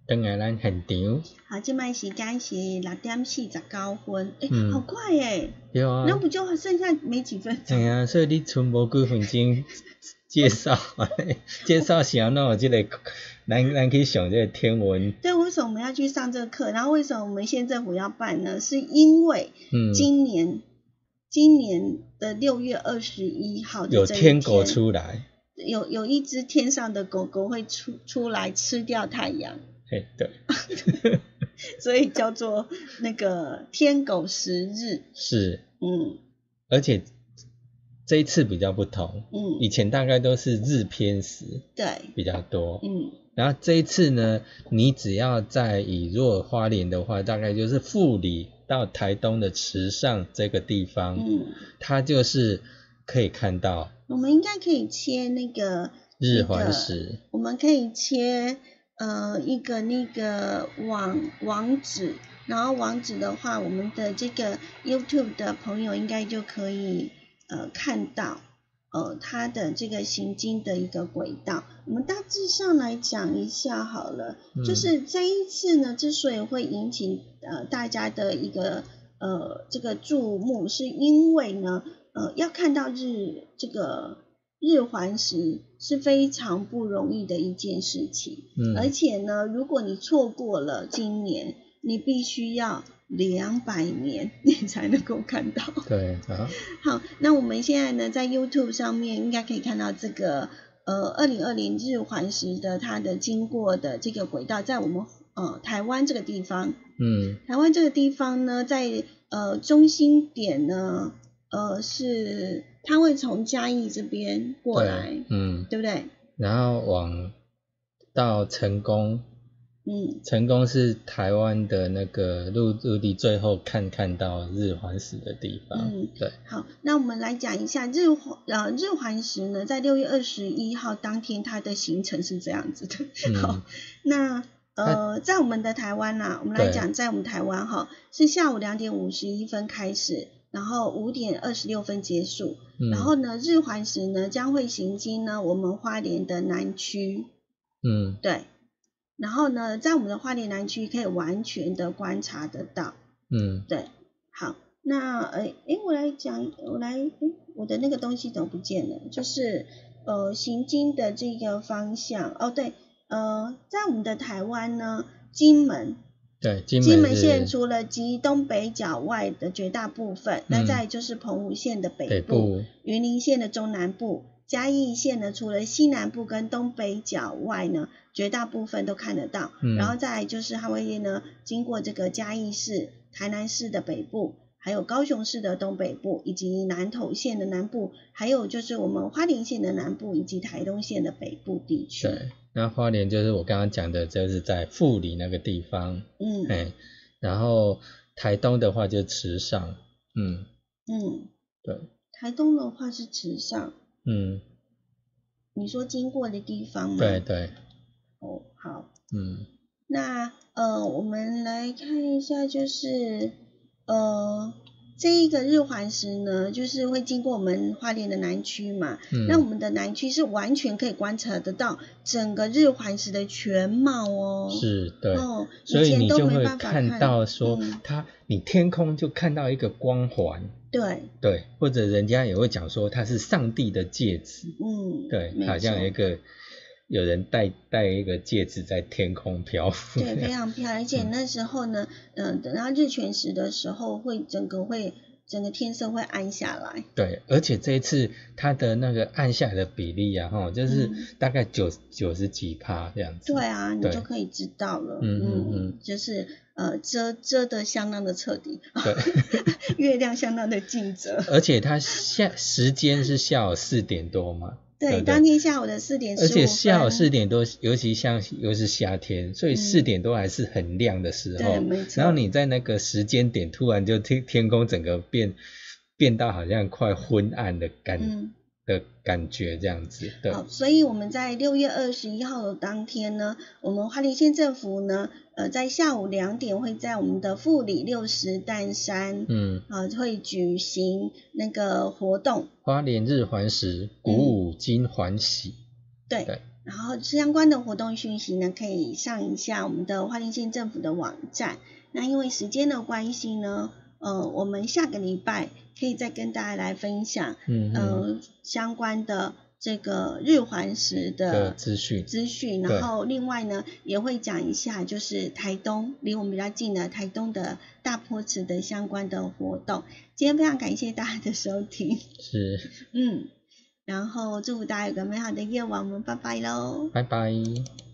等下咱现场。 好，现在时间是六点四十九分，哎、欸嗯好快耶！ 对啊。 那不就剩下没几分钟？ 对啊，所以你剩无几分钟介绍，介绍啥呢？这个咱咱去上这个天文。 对，为什么我们要去上这个课？然后为什么我们县政府要办呢？是因为今年、嗯、今年的六月二十一号的有天狗出来， 有有一只天上的狗狗会出出来吃掉太阳。 嘿，对。 所以叫做那个天狗食日。 是。 嗯。 而且这一次比较不同。 嗯。 以前大概都是日偏食。 对。 比较多。 嗯。 然后这一次呢，你只要在以若花莲的话，大概就是富里到台东的池上这个地方。嗯。它就是可以看到。 我们应该可以切那个。 日环食。 我们可以切。呃，一个那个网网址，然后网址的话，我们的这个 YouTube 的朋友应该就可以呃看到呃它的这个行经的一个轨道。我们大致上来讲一下好了，嗯、就是这一次呢，之所以会引起呃大家的一个呃这个注目，是因为呢呃要看到日这个。日环食是非常不容易的一件事情，嗯，而且呢，如果你错过了今年，你必须要两百年你才能够看到。 对，啊， 好，那我们现在呢，在 YouTube 上面应该可以看到这个呃二零二零日环食的它的经过的这个轨道，在我们呃台湾这个地方，嗯，台湾这个地方呢，在呃中心点呢，呃是。它会从嘉义这边过来，对嗯，对不对？ 然后往到成功，嗯，成功是台湾的那个陆陆地最后看看到日环食的地方，嗯，对。 好，那我们来讲一下日呃日环食呢，在六月二十一号当天，它的行程是这样子的。嗯、好，那呃，在我们的台湾啦、啊，我们来讲，在我们台湾哈，是下午两点五十一分开始。然后五点二十六分结束，嗯、然后呢，日环食呢将会行经呢我们花莲的南区，嗯，对，然后呢，在我们的花莲南区可以完全的观察得到，嗯，对，好，那呃，诶，我来讲，我来，诶，我的那个东西怎么不见了？就是呃，行经的这个方向，哦，对，呃，在我们的台湾呢，金门。 对，金门, 金门县除了及东北角外的绝大部分，嗯、那再来就是澎湖县的北部、 北部云林县的中南部、嘉义县呢，除了西南部跟东北角外呢，绝大部分都看得到。嗯、然后再来就是它会呢，经过这个嘉义市、台南市的北部，还有高雄市的东北部，以及南投县的南部，还有就是我们花莲县的南部，以及台东县的北部地区。 对。那花莲就是我刚刚讲的，就是在富里那个地方，嗯，哎，然后台东的话就池上，嗯嗯， 对， 台东的话是池上， 嗯， 你说经过的地方吗？ 对对， 哦，好， 嗯， 那呃，我们来看一下，就是呃。这一个日环食呢，就是会经过我们花莲的南区嘛，嗯、那我们的南区是完全可以观察得到整个日环食的全貌哦。 是，对， 哦， 所以你就会看看到说，嗯、它你天空就看到一个光环， 对对，或者人家也会讲说它是上帝的戒指， 嗯， 对，好像一个。有人戴戴一个戒指在天空漂浮， 对，非常漂亮。而且那时候呢，嗯、呃，等到日全食的时候，会整个会整个天色会暗下来。 对，而且这一次它的那个暗下来的比例啊，哈，就是大概九九十几趴这样子。 对啊，你就可以知道了。嗯嗯嗯，就是呃遮遮得相当的彻底，对，月亮相当的尽遮。 而且它下时间是下午四点多嘛。 对， 对对当天下午的四点十五分， 而且下午四点多，尤其像又是夏天，所以四点多还是很亮的时候。 对，没错。 然后你在那个时间点，突然就天天空整个变变到好像快昏暗的感、嗯、的感觉这样子。对。 好，所以我们在六月二十一号的当天呢，我们花莲县政府呢，呃，在下午两点会在我们的富里六十担山，嗯，啊、呃，会举行那个活动。 花莲日环食，鼓舞金环喜。 对。对， 然后相关的活动讯息呢，可以上一下我们的花莲县政府的网站。那因为时间的关系呢，呃，我们下个礼拜可以再跟大家来分享，嗯呃，相关的这个日环食的资讯资讯，然后另外呢也会讲一下就是台东离我们比较近的台东的大坡池的相关的活动。今天非常感谢大家的收听， 是， 嗯，然后祝福大家有个美好的夜晚，我们拜拜喽， 拜拜。